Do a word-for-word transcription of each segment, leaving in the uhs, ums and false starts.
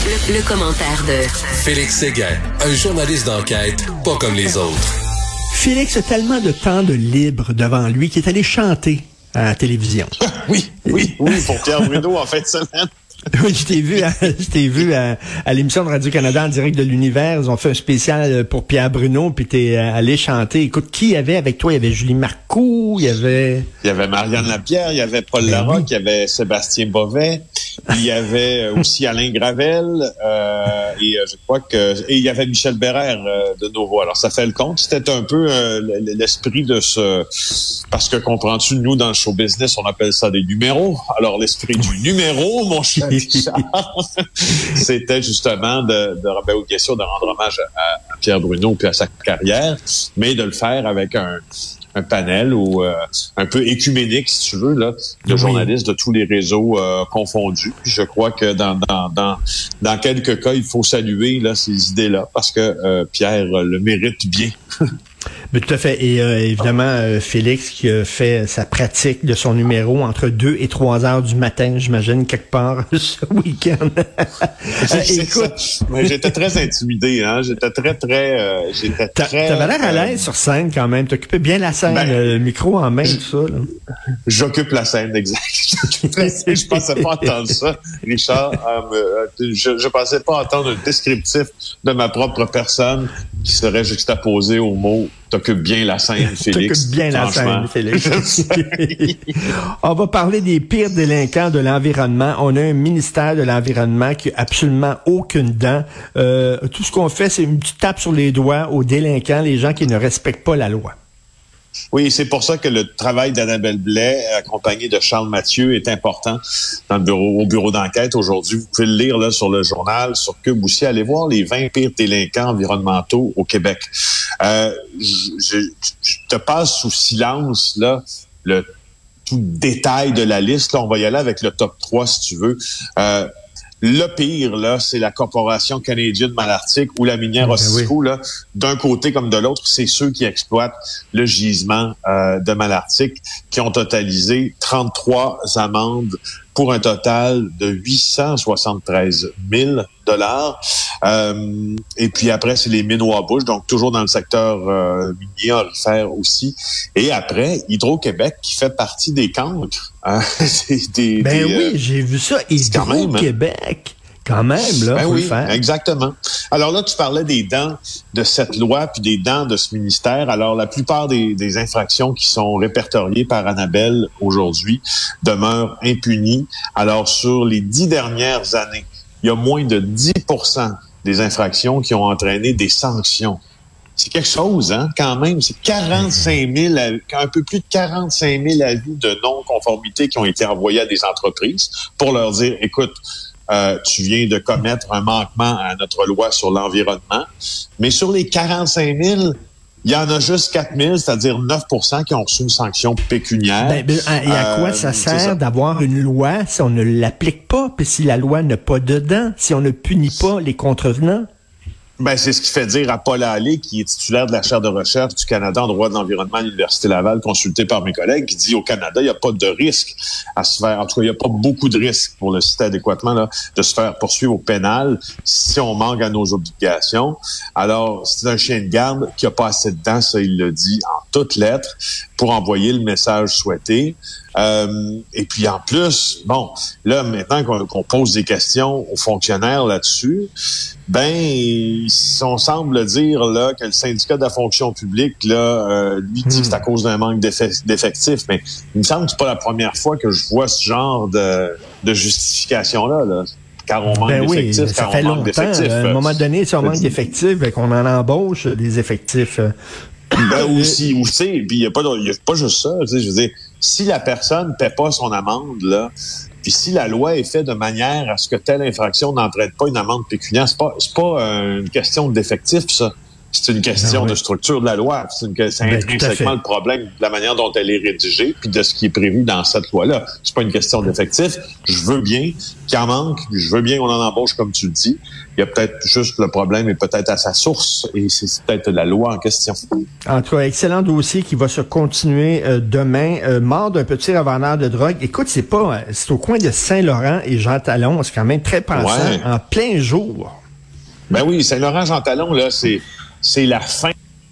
Le, le commentaire de Félix Séguin, un journaliste d'enquête pas comme les autres. Félix a tellement de temps de libre devant lui qu'il est allé chanter à la télévision. Oui, oui, oui, pour Pierre Bruno en fin de semaine. Oui, je t'ai vu, à, je t'ai vu à, à l'émission de Radio-Canada en direct de l'Univers. Ils ont fait un spécial pour Pierre Bruno, puis t'es allé chanter. Écoute, qui y avait avec toi? Il y avait Julie Marcoux, il y avait... Il y avait Marianne Lapierre, il y avait Paul ben Larocque, oui. Il y avait Sébastien Bovet, il y avait aussi Alain Gravel, euh, et je crois que... Et il y avait Michel Bérère euh, de nouveau. Alors, ça fait le compte. C'était un peu euh, l'esprit de ce... Parce que, comprends-tu, nous, dans le show business, on appelle ça des numéros. Alors, l'esprit du numéro, mon cher c'était justement de, de, ben, aux questions de rendre hommage à, à Pierre Bruno puis à sa carrière, mais de le faire avec un, un panel ou euh, un peu écuménique, si tu veux, là, de oui. journalistes de tous les réseaux euh, confondus. Puis je crois que dans, dans, dans, dans quelques cas, il faut saluer là, ces idées-là parce que euh, Pierre le mérite bien. Mais tout à fait. Et euh, évidemment, euh, Félix qui a fait sa pratique de son numéro entre deux et trois heures du matin, j'imagine, quelque part ce week-end. euh, écoute, ouais, j'étais très intimidé, hein. J'étais très, très, euh, j'étais T'a, très. T'avais l'air à l'aise euh, sur scène quand même. T'occupais bien la scène, ben, le micro en main, tout ça. Là. J'occupe la scène, exact. Je pensais pas entendre ça, Richard. Euh, je, je pensais pas entendre un descriptif de ma propre personne qui serait juxtaposé au mot « t'occupes bien la scène, Félix ». T'occupes bien la scène, Félix. On va parler des pires délinquants de l'environnement. On a un ministère de l'Environnement qui a absolument aucune dent. Euh, tout ce qu'on fait, c'est une petite tape sur les doigts aux délinquants, les gens qui ne respectent pas la loi. Oui, c'est pour ça que le travail d'Annabelle Blais, accompagnée de Charles Mathieu, est important dans le bureau, au bureau d'enquête aujourd'hui. Vous pouvez le lire là sur le journal, sur Cube aussi. Allez voir les vingt pires délinquants environnementaux au Québec. Euh, je, je te passe sous silence là le tout détail de la liste. Là, on va y aller avec le top trois si tu veux. Euh, Le pire, là, c'est la Corporation canadienne Malartic ou la minière ben Osisko, oui. là, d'un côté comme de l'autre, c'est ceux qui exploitent le gisement euh, de Malartic, qui ont totalisé trente-trois amendes pour un total de huit cent soixante-treize mille dollars. Euh, et puis après, c'est les mines Wabush, donc toujours dans le secteur euh, minier, aurifère aussi. Et après, Hydro-Québec, qui fait partie des cancres. Hein? des, ben des, oui, euh, j'ai vu ça. Hydro-Québec. Quand même, là, ben faut oui, le faire. Exactement. Alors là, tu parlais des dents de cette loi puis des dents de ce ministère. Alors, la plupart des, des infractions qui sont répertoriées par Annabelle aujourd'hui demeurent impunies. Alors, sur les dix dernières années, il y a moins de dix pour cent des infractions qui ont entraîné des sanctions. C'est quelque chose, hein, quand même. C'est quarante-cinq mille, un peu plus de quarante-cinq mille avis de non-conformité qui ont été envoyés à des entreprises pour leur dire, écoute, Euh, tu viens de commettre un manquement à notre loi sur l'environnement. Mais sur les quarante-cinq mille, il y en a juste quatre mille, c'est-à-dire neuf pour cent qui ont reçu une sanction pécuniaire. Ben, ben, et à quoi euh, ça sert ça. d'avoir une loi si on ne l'applique pas, puis si la loi n'a pas dedans, si on ne punit pas les contrevenants? Ben, c'est ce qui fait dire à Paul Allais, qui est titulaire de la chaire de recherche du Canada en droit de l'environnement à l'Université Laval, consulté par mes collègues, qui dit au Canada, il n'y a pas de risque à se faire, en tout cas, il n'y a pas beaucoup de risque, pour le citer adéquatement, là, de se faire poursuivre au pénal si on manque à nos obligations. Alors, c'est un chien de garde qui n'a pas assez de dents, ça, il le dit en toutes lettres, pour envoyer le message souhaité. Euh, et puis en plus, bon, là maintenant qu'on, qu'on pose des questions aux fonctionnaires là-dessus, ben on semble dire là que le syndicat de la fonction publique là, euh, lui dit hmm. que c'est à cause d'un manque d'effectifs, d'effectifs, mais il me semble que c'est pas la première fois que je vois ce genre de, de justification là. là. Car on manque ben d'effectifs, oui, ça car fait on manque longtemps. d'effectifs. À un moment donné, si on manque d'effectifs, ben, qu'on en embauche des effectifs. Ben aussi, ou tu sais, puis il y a pas, il y a pas juste ça. Tu sais, je veux dire, si la personne ne paie pas son amende là, puis si la loi est faite de manière à ce que telle infraction n'entraîne pas une amende pécuniaire, c'est pas, c'est pas euh, une question d'effectif ça. C'est une question ah oui. de structure de la loi. C'est, une, c'est ben, intrinsèquement le problème de la manière dont elle est rédigée puis de ce qui est prévu dans cette loi-là. C'est pas une question d'effectif. Je veux bien qu'il en manque. Je veux bien qu'on en embauche, comme tu le dis. Il y a peut-être juste le problème est peut-être à sa source et c'est peut-être la loi en question. En tout cas, excellent dossier qui va se continuer euh, demain. Euh, mort d'un petit revendeur de drogue. Écoute, c'est pas, c'est au coin de Saint-Laurent et Jean Talon. C'est quand même très pensant. Ouais. En plein jour. Ben oui, Saint-Laurent, Jean Talon, là, c'est c'est la fin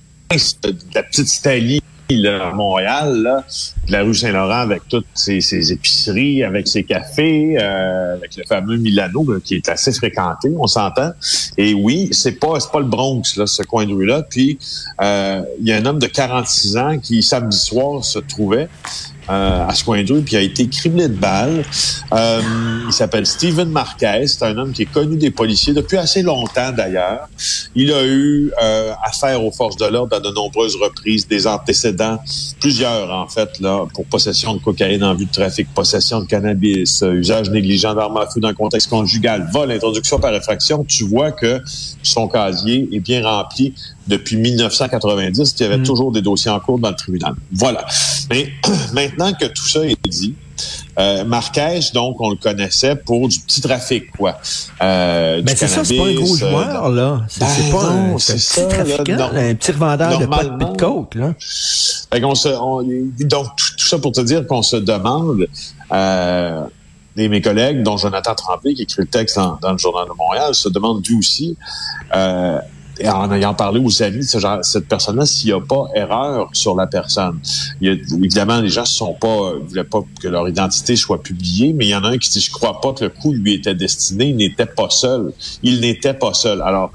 de la petite Italie là, à Montréal, là, de la rue Saint-Laurent avec toutes ses, ses épiceries, avec ses cafés, euh, avec le fameux Milano là, qui est assez fréquenté, on s'entend. Et oui, c'est pas c'est pas le Bronx là, ce coin de rue-là. Puis euh, il y a un homme de quarante-six ans qui samedi soir se trouvait Euh, à ce coin de rue, puis a été criblé de balles. Euh, il s'appelle Steven Marquez. C'est un homme qui est connu des policiers depuis assez longtemps, d'ailleurs. Il a eu euh, affaire aux forces de l'ordre à de nombreuses reprises, des antécédents, plusieurs, en fait, là, pour possession de cocaïne en vue de trafic, possession de cannabis, euh, usage négligent d'armes à feu dans un contexte conjugal, vol, introduction par effraction. Tu vois que son casier est bien rempli depuis dix-neuf cent quatre-vingt-dix, il y avait mmh. toujours des dossiers en cours dans le tribunal. Voilà. Mais maintenant que tout ça est dit, euh, Marquez, donc, on le connaissait pour du petit trafic, quoi. Euh, ben du c'est cannabis, ça, c'est pas un gros joueur, euh, là. C'est, ben c'est pas non, un, c'est c'est un ça, petit trafiquant, là, là, un petit revendeur de potes et de coke, là. Fait qu'on se, on, donc, tout, tout ça pour te dire qu'on se demande... Euh, Et mes collègues, dont Jonathan Tremblay, qui écrit le texte dans, dans le Journal de Montréal, se demandent lui aussi, euh, et en ayant parlé aux amis de ce genre, cette personne-là, s'il n'y a pas erreur sur la personne. Il y a, évidemment, les gens ne sont pas, ne voulaient pas que leur identité soit publiée, mais il y en a un qui dit, je crois pas que le coup lui était destiné, il n'était pas seul. Il n'était pas seul. Alors,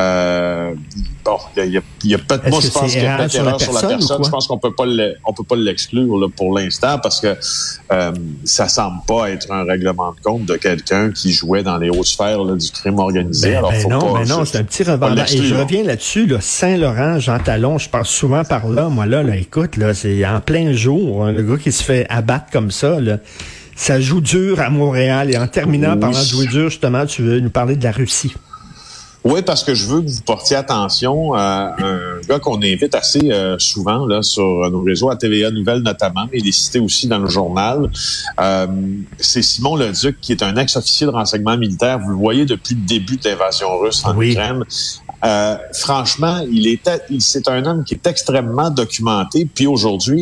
euh, bon, il y a, il y a peut-être, Est-ce moi, je pense qu'il y a peut-être erreur sur la personne. Je pense qu'on peut pas le, on peut pas l'exclure, là, pour l'instant, parce que, euh, ça semble pas être un règlement de compte de quelqu'un qui jouait dans les hautes sphères, là, du crime organisé. Ben, Alors, ben faut non, pas, ben non, je, c'est un petit revendeur. Et je reviens là-dessus, là, Saint-Laurent, Jean Talon, je passe souvent par là, moi, là, là, écoute, là, c'est en plein jour, hein, le gars qui se fait abattre comme ça, là, ça joue dur à Montréal. Et en terminant, oui. parlant de jouer dur, justement, tu veux nous parler de la Russie. Oui, parce que je veux que vous portiez attention à un gars qu'on invite assez euh, souvent là sur nos réseaux, à T V A Nouvelles notamment, mais il est cité aussi dans le journal. Euh, c'est Simon Leduc, qui est un ex-officier de renseignement militaire. Vous le voyez depuis le début de l'invasion russe en oui. Ukraine. Euh, franchement, il est, il, c'est un homme qui est extrêmement documenté. Puis aujourd'hui,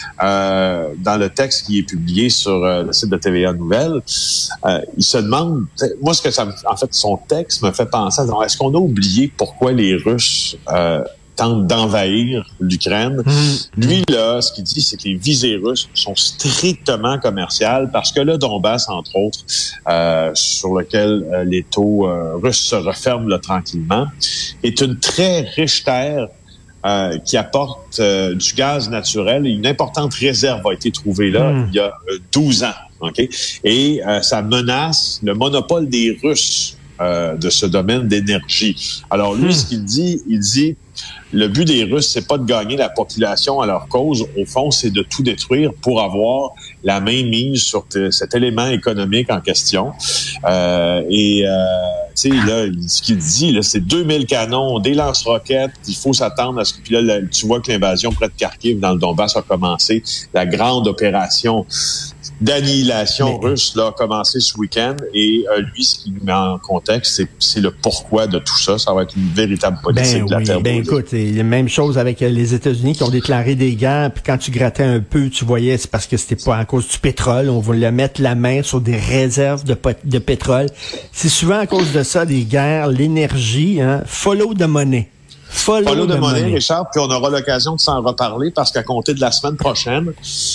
euh, dans le texte qui est publié sur euh, le site de T V A Nouvelles, euh, il se demande, moi, ce que ça, en fait, son texte me fait penser à, est-ce qu'on a oublié pourquoi les Russes euh, tentent d'envahir l'Ukraine? Mmh. Lui, là, ce qu'il dit, c'est que les visées russes sont strictement commerciales parce que le Donbass, entre autres, euh, sur lequel euh, les taux euh, russes se referment là, tranquillement, est une très riche terre euh, qui apporte euh, du gaz naturel. Et une importante réserve a été trouvée là mmh. il y a euh, douze ans. Okay? Et euh, ça menace le monopole des Russes euh, de ce domaine d'énergie. Alors lui, mmh. ce qu'il dit, il dit... Le but des Russes, c'est pas de gagner la population à leur cause. Au fond, c'est de tout détruire pour avoir la main mise sur t- cet élément économique en question. Euh, et, euh, tu sais, là, ce qu'il dit, là, c'est deux mille canons, des lance-roquettes. Il faut s'attendre à ce que... Puis là, là, tu vois que l'invasion près de Kharkiv, dans le Donbass, a commencé. La grande opération d'annihilation Mais... russe là, a commencé ce week-end. Et euh, lui, ce qu'il met en contexte, c'est, c'est le pourquoi de tout ça. Ça va être une véritable politique ben, de la oui, terre ben, brûlée. Écoute, c'est la même chose avec les États-Unis qui ont déclaré des guerres, puis quand tu grattais un peu, tu voyais, c'est parce que c'était pas à cause du pétrole. On voulait mettre la main sur des réserves de, de pétrole. C'est souvent à cause de ça, des guerres, l'énergie, hein. Follow the money. Follow, Follow the the money, money, Richard, puis on aura l'occasion de s'en reparler parce qu'à compter de la semaine prochaine,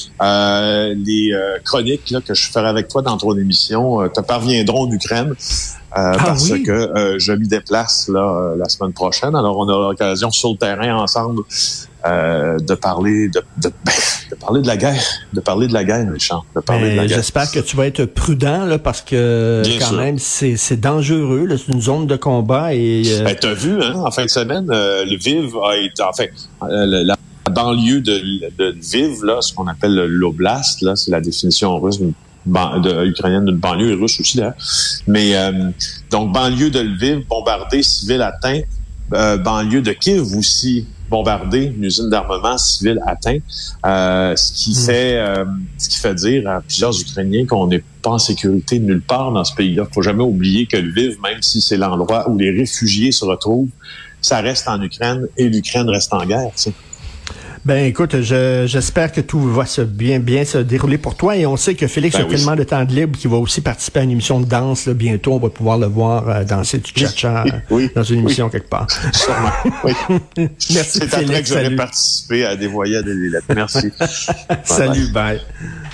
euh, les euh, chroniques là, que je ferai avec toi dans ton émission euh, te parviendront d'Ukraine. Euh, ah, parce oui? que euh, je m'y déplace là euh, la semaine prochaine. Alors, on aura l'occasion sur le terrain ensemble euh, de parler de, de, de parler de la guerre, de parler de la guerre, Richard, de parler Mais de la guerre. J'espère que tu vas être prudent là, parce que Bien quand sûr. même c'est, c'est dangereux. Là, c'est une zone de combat et. Euh... Ben, t'as vu, hein, en fin de semaine, euh, Lviv a été, enfin, euh, la banlieue de, de Lviv, là, ce qu'on appelle l'oblast, là, c'est la définition russe d'une Ban- de, ukrainienne d'une banlieue et russe aussi là. Mais euh, donc banlieue de Lviv bombardée, civil atteint, euh, banlieue de Kiev aussi bombardée, une usine d'armement civil atteinte, euh, ce qui mmh. fait euh, ce qui fait dire à plusieurs Ukrainiens qu'on n'est pas en sécurité nulle part dans ce pays-là. Il faut jamais oublier que Lviv, même si c'est l'endroit où les réfugiés se retrouvent, ça reste en Ukraine et l'Ukraine reste en guerre, tu sais. Ben écoute, je, j'espère que tout va se bien bien se dérouler pour toi et on sait que Félix ben a oui. tellement de temps de libre qu'il va aussi participer à une émission de danse. Là, bientôt, on va pouvoir le voir euh, danser du cha-cha oui. Oui. dans une émission oui. quelque part. Sûrement, oui. Merci C'est Félix. après que j'aurais participé à dévoyer des lettres. Merci. Salut, bye. bye.